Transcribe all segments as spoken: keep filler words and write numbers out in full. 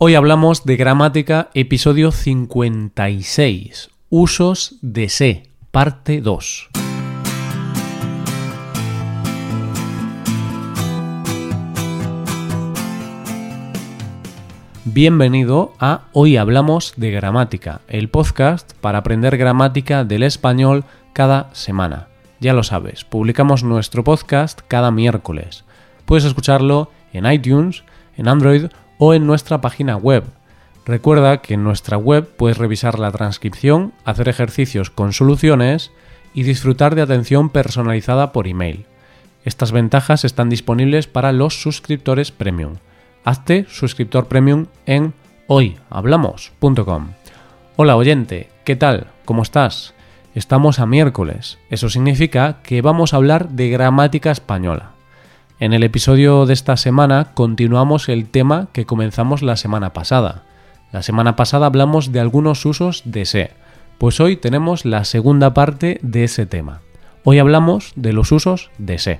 Hoy hablamos de gramática, episodio cincuenta y seis, usos de se, parte dos. Bienvenido a Hoy Hablamos de Gramática, el podcast para aprender gramática del español cada semana. Ya lo sabes, publicamos nuestro podcast cada miércoles. Puedes escucharlo en iTunes, en Android o en nuestra página web. Recuerda que en nuestra web puedes revisar la transcripción, hacer ejercicios con soluciones y disfrutar de atención personalizada por email. Estas ventajas están disponibles para los suscriptores premium. Hazte suscriptor premium en hoy hablamos punto com. Hola oyente, ¿qué tal? ¿Cómo estás? Estamos a miércoles. Eso significa que vamos a hablar de gramática española. En el episodio de esta semana continuamos el tema que comenzamos la semana pasada. La semana pasada hablamos de algunos usos de se, pues hoy tenemos la segunda parte de ese tema. Hoy hablamos de los usos de se.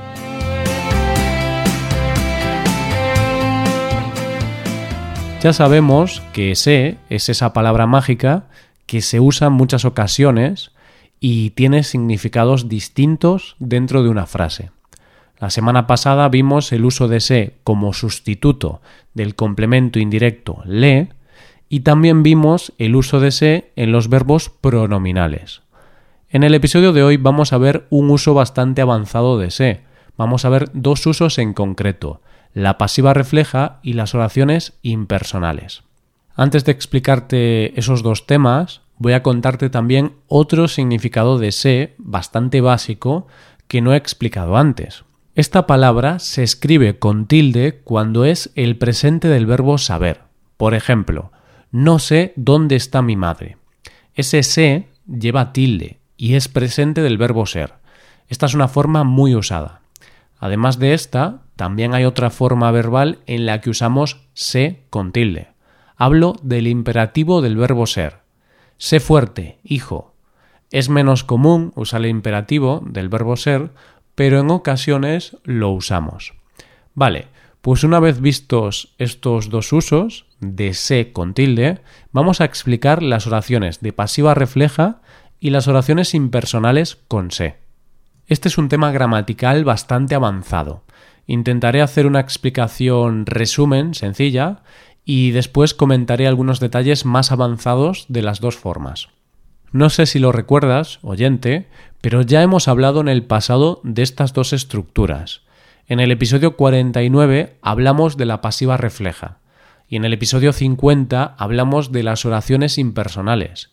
Ya sabemos que se es esa palabra mágica que se usa en muchas ocasiones y tiene significados distintos dentro de una frase. La semana pasada vimos el uso de se como sustituto del complemento indirecto le y también vimos el uso de se en los verbos pronominales. En el episodio de hoy vamos a ver un uso bastante avanzado de se. Vamos a ver dos usos en concreto: la pasiva refleja y las oraciones impersonales. Antes de explicarte esos dos temas, voy a contarte también otro significado de se bastante básico que no he explicado antes. Esta palabra se escribe con tilde cuando es el presente del verbo saber. Por ejemplo, no sé dónde está mi madre. Ese se lleva tilde y es presente del verbo ser. Esta es una forma muy usada. Además de esta, también hay otra forma verbal en la que usamos se con tilde. Hablo del imperativo del verbo ser. Sé fuerte, hijo. Es menos común usar el imperativo del verbo ser, pero en ocasiones lo usamos. Vale, pues una vez vistos estos dos usos de se con tilde, vamos a explicar las oraciones de pasiva refleja y las oraciones impersonales con se. Este es un tema gramatical bastante avanzado. Intentaré hacer una explicación resumen sencilla y después comentaré algunos detalles más avanzados de las dos formas. No sé si lo recuerdas, oyente, pero ya hemos hablado en el pasado de estas dos estructuras. En el episodio cuarenta y nueve hablamos de la pasiva refleja y en el episodio cincuenta hablamos de las oraciones impersonales.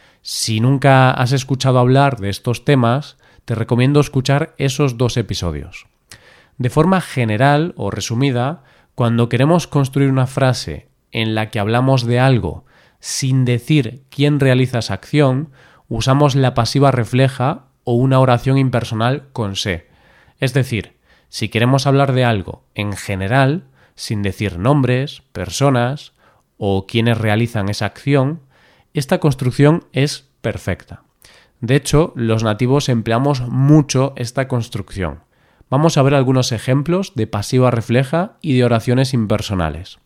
Si nunca has escuchado hablar de estos temas, te recomiendo escuchar esos dos episodios. De forma general o resumida, cuando queremos construir una frase en la que hablamos de algo sin decir quién realiza esa acción, usamos la pasiva refleja o una oración impersonal con se. Es decir, si queremos hablar de algo en general, sin decir nombres, personas o quiénes realizan esa acción, esta construcción es perfecta. De hecho, los nativos empleamos mucho esta construcción. Vamos a ver algunos ejemplos de pasiva refleja y de oraciones impersonales.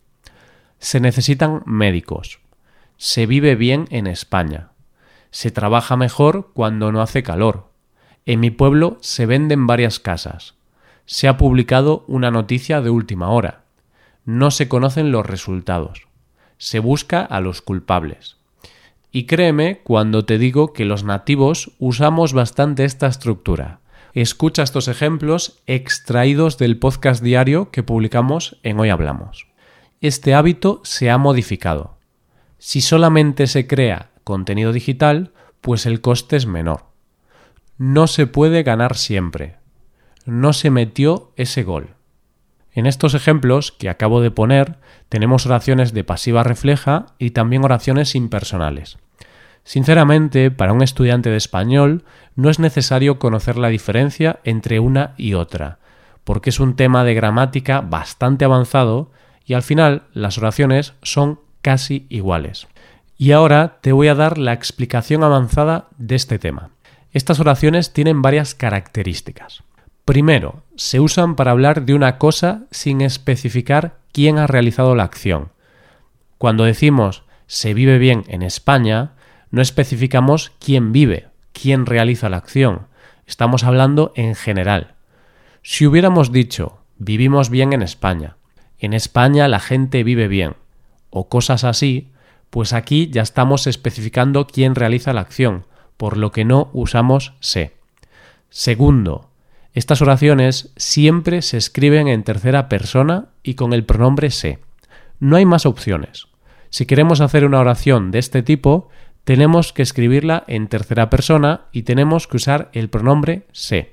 Se necesitan médicos. Se vive bien en España. Se trabaja mejor cuando no hace calor. En mi pueblo se venden varias casas. Se ha publicado una noticia de última hora. No se conocen los resultados. Se busca a los culpables. Y créeme cuando te digo que los nativos usamos bastante esta estructura. Escucha estos ejemplos extraídos del podcast diario que publicamos en Hoy Hablamos. Este hábito se ha modificado. Si solamente se crea contenido digital, pues el coste es menor. No se puede ganar siempre. No se metió ese gol. En estos ejemplos que acabo de poner, tenemos oraciones de pasiva refleja y también oraciones impersonales. Sinceramente, para un estudiante de español, no es necesario conocer la diferencia entre una y otra, porque es un tema de gramática bastante avanzado y al final las oraciones son casi iguales. Y ahora te voy a dar la explicación avanzada de este tema. Estas oraciones tienen varias características. Primero, se usan para hablar de una cosa sin especificar quién ha realizado la acción. Cuando decimos se vive bien en España, no especificamos quién vive, quién realiza la acción. Estamos hablando en general. Si hubiéramos dicho vivimos bien en España, en España la gente vive bien, o cosas así, pues aquí ya estamos especificando quién realiza la acción, por lo que no usamos se. Segundo, estas oraciones siempre se escriben en tercera persona y con el pronombre se. No hay más opciones. Si queremos hacer una oración de este tipo, tenemos que escribirla en tercera persona y tenemos que usar el pronombre se.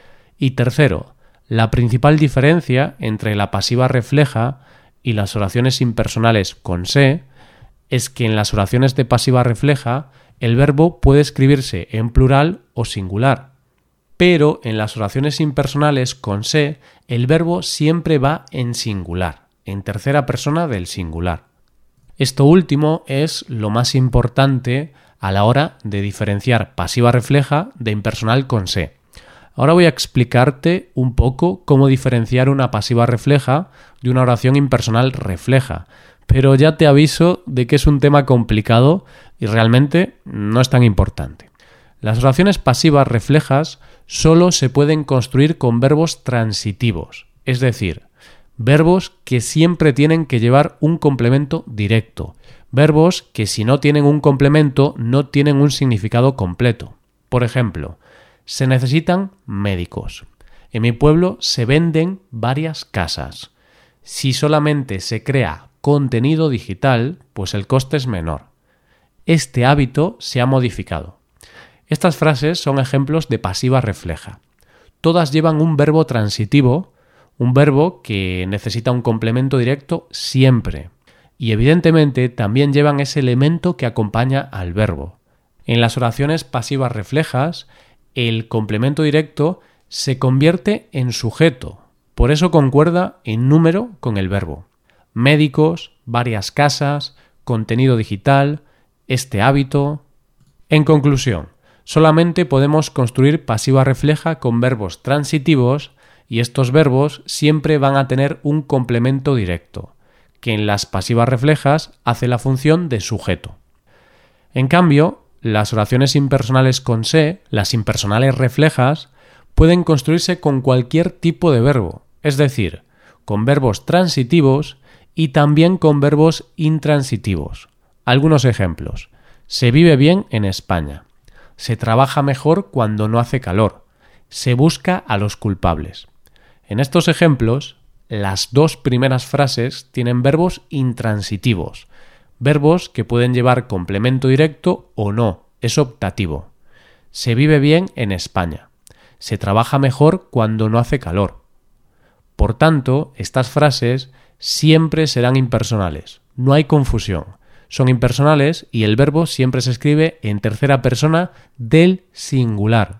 Y tercero, la principal diferencia entre la pasiva refleja y las oraciones impersonales con se es que en las oraciones de pasiva refleja el verbo puede escribirse en plural o singular, pero en las oraciones impersonales con se el verbo siempre va en singular, en tercera persona del singular. Esto último es lo más importante a la hora de diferenciar pasiva refleja de impersonal con se. Ahora voy a explicarte un poco cómo diferenciar una pasiva refleja de una oración impersonal refleja, pero ya te aviso de que es un tema complicado y realmente no es tan importante. Las oraciones pasivas reflejas solo se pueden construir con verbos transitivos, es decir, verbos que siempre tienen que llevar un complemento directo, verbos que si no tienen un complemento no tienen un significado completo. Por ejemplo, se necesitan médicos. En mi pueblo se venden varias casas. Si solamente se crea contenido digital, pues el coste es menor. Este hábito se ha modificado. Estas frases son ejemplos de pasiva refleja. Todas llevan un verbo transitivo, un verbo que necesita un complemento directo siempre. Y evidentemente también llevan ese elemento que acompaña al verbo. En las oraciones pasivas reflejas, el complemento directo se convierte en sujeto, por eso concuerda en número con el verbo. Médicos, varias casas, contenido digital, este hábito. En conclusión, solamente podemos construir pasiva refleja con verbos transitivos y estos verbos siempre van a tener un complemento directo, que en las pasivas reflejas hace la función de sujeto. En cambio, las oraciones impersonales con se, las impersonales reflejas, pueden construirse con cualquier tipo de verbo, es decir, con verbos transitivos y también con verbos intransitivos. Algunos ejemplos. Se vive bien en España. Se trabaja mejor cuando no hace calor. Se busca a los culpables. En estos ejemplos, las dos primeras frases tienen verbos intransitivos, verbos que pueden llevar complemento directo o no, es optativo. Se vive bien en España. Se trabaja mejor cuando no hace calor. Por tanto, estas frases siempre serán impersonales. No hay confusión. Son impersonales y el verbo siempre se escribe en tercera persona del singular.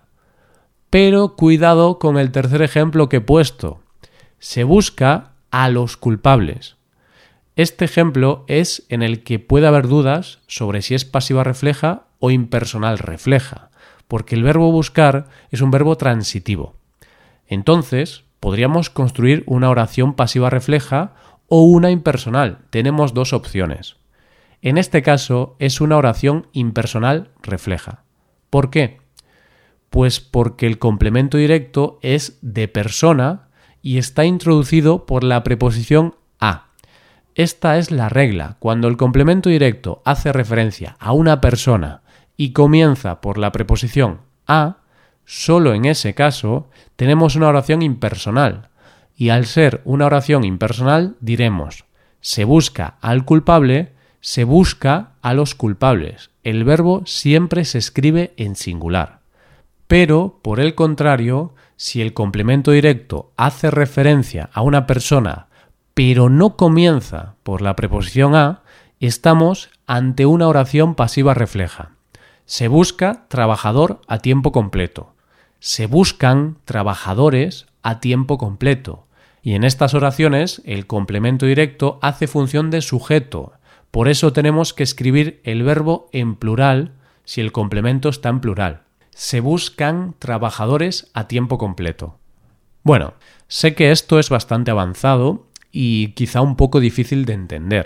Pero cuidado con el tercer ejemplo que he puesto. Se busca a los culpables. Este ejemplo es en el que puede haber dudas sobre si es pasiva refleja o impersonal refleja, porque el verbo buscar es un verbo transitivo. Entonces, podríamos construir una oración pasiva refleja o una impersonal. Tenemos dos opciones. En este caso, es una oración impersonal refleja. ¿Por qué? Pues porque el complemento directo es de persona y está introducido por la preposición a. Esta es la regla. Cuando el complemento directo hace referencia a una persona y comienza por la preposición a, solo en ese caso tenemos una oración impersonal. Y al ser una oración impersonal diremos, se busca al culpable, se busca a los culpables. El verbo siempre se escribe en singular. Pero, por el contrario, si el complemento directo hace referencia a una persona pero no comienza por la preposición a, estamos ante una oración pasiva refleja. Se busca trabajador a tiempo completo. Se buscan trabajadores a tiempo completo. Y en estas oraciones el complemento directo hace función de sujeto. Por eso tenemos que escribir el verbo en plural si el complemento está en plural. Se buscan trabajadores a tiempo completo. Bueno, sé que esto es bastante avanzado y quizá un poco difícil de entender.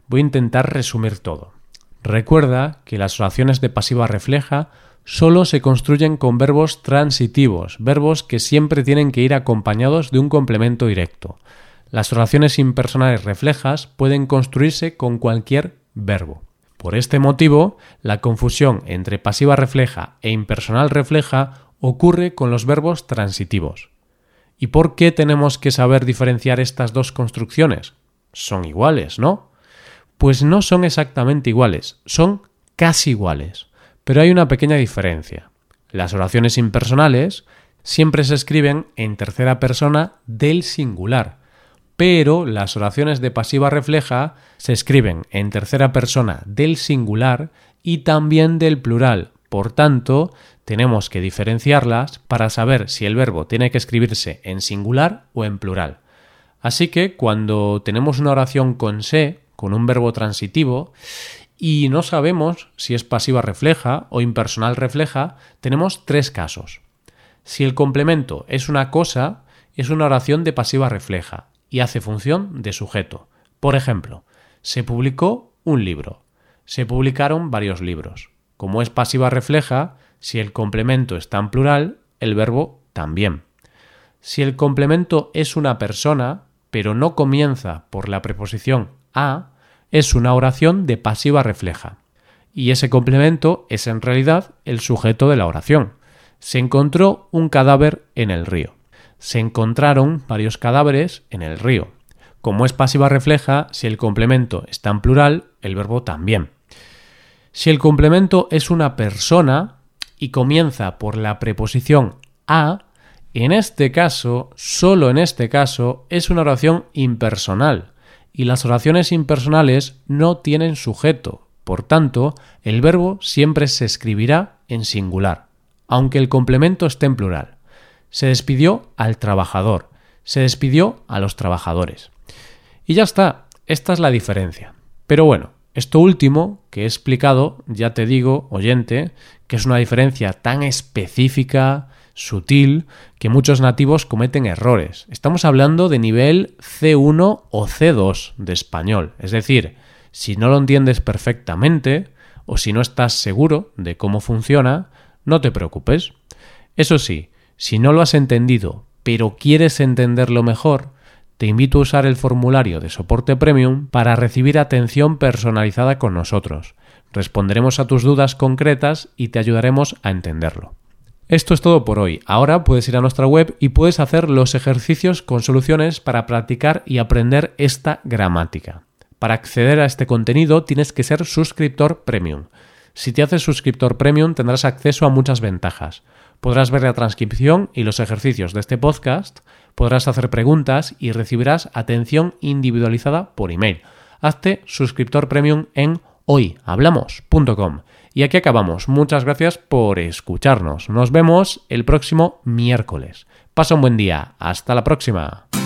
voy a intentar resumir todo. Recuerda que las oraciones de pasiva refleja solo se construyen con verbos transitivos, verbos que siempre tienen que ir acompañados de un complemento directo. Las oraciones impersonales reflejas pueden construirse con cualquier verbo. Por este motivo, la confusión entre pasiva refleja e impersonal refleja ocurre con los verbos transitivos. ¿Y por qué tenemos que saber diferenciar estas dos construcciones? Son iguales, ¿no? Pues no son exactamente iguales, son casi iguales. Pero hay una pequeña diferencia. Las oraciones impersonales siempre se escriben en tercera persona del singular, pero las oraciones de pasiva refleja se escriben en tercera persona del singular y también del plural. Por tanto, tenemos que diferenciarlas para saber si el verbo tiene que escribirse en singular o en plural. Así que cuando tenemos una oración con se, con un verbo transitivo, y no sabemos si es pasiva refleja o impersonal refleja, tenemos tres casos. Si el complemento es una cosa, es una oración de pasiva refleja y hace función de sujeto. Por ejemplo, se publicó un libro. Se publicaron varios libros. Como es pasiva refleja, si el complemento está en plural, el verbo también. Si el complemento es una persona, pero no comienza por la preposición a, es una oración de pasiva refleja. Y ese complemento es en realidad el sujeto de la oración. Se encontró un cadáver en el río. Se encontraron varios cadáveres en el río. Como es pasiva refleja, si el complemento está en plural, el verbo también. Si el complemento es una persona y comienza por la preposición a, en este caso, solo en este caso, es una oración impersonal. Y las oraciones impersonales no tienen sujeto. Por tanto, el verbo siempre se escribirá en singular, aunque el complemento esté en plural. Se despidió al trabajador. Se despidió a los trabajadores. Y ya está. Esta es la diferencia. Pero bueno, esto último que he explicado, ya te digo, oyente, que es una diferencia tan específica, sutil, que muchos nativos cometen errores. Estamos hablando de nivel ce uno o ce dos de español. Es decir, si no lo entiendes perfectamente o si no estás seguro de cómo funciona, no te preocupes. Eso sí, si no lo has entendido, pero quieres entenderlo mejor, te invito a usar el formulario de soporte premium para recibir atención personalizada con nosotros. Responderemos a tus dudas concretas y te ayudaremos a entenderlo. Esto es todo por hoy. Ahora puedes ir a nuestra web y puedes hacer los ejercicios con soluciones para practicar y aprender esta gramática. Para acceder a este contenido tienes que ser suscriptor premium. Si te haces suscriptor premium tendrás acceso a muchas ventajas. Podrás ver la transcripción y los ejercicios de este podcast, podrás hacer preguntas y recibirás atención individualizada por email. Hazte suscriptor premium en hoy hablamos punto com. Y aquí acabamos. Muchas gracias por escucharnos. Nos vemos el próximo miércoles. Pasa un buen día. Hasta la próxima.